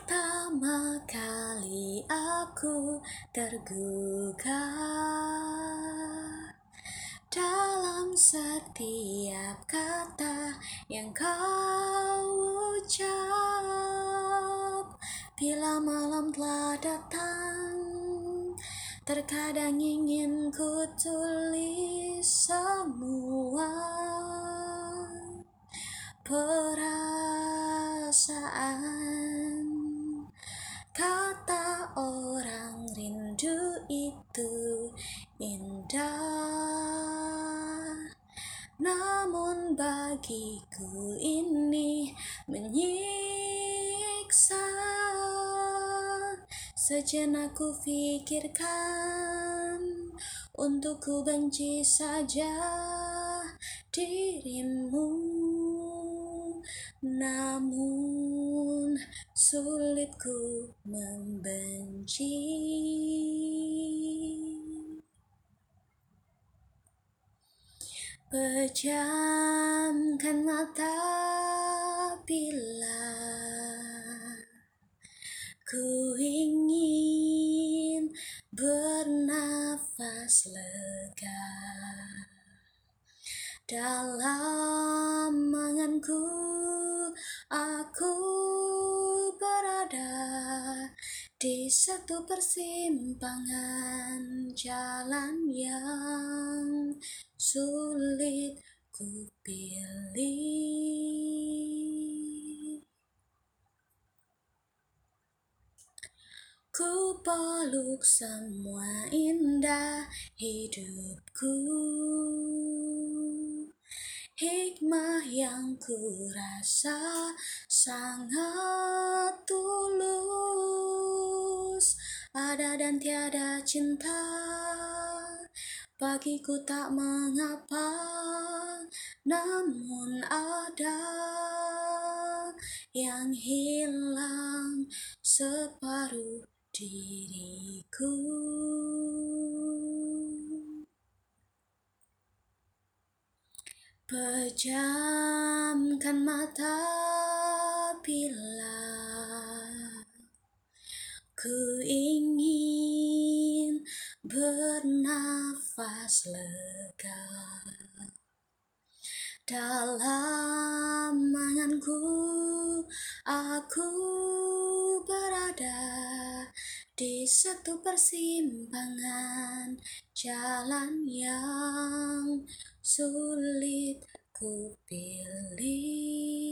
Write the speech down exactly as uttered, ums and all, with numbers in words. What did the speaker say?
Pertama kali aku tergugah dalam setiap kata yang kau ucap. Bila malam telah datang, terkadang ingin ku tulis semua perasaan. Kata orang rindu itu indah, namun bagiku ini menyiksa. Sejenak ku pikirkan untuk ku benci saja dirimu, namun sulit ku membenci. Pejamkan mata bila ku ingin bernafas lega. Dalam anganku aku berada di satu persimpangan jalan yang sulit ku pilih. Ku peluk semua indah hidupku, hikmah yang ku rasa sangat tulus. Ada dan tiada cinta, bagiku tak mengapa, namun ada yang hilang separuh diriku. Pejamkan mata bila ku ingin bernafas lega. Dalam anganku aku berada di satu persimpangan jalan yang sulit ku pilih.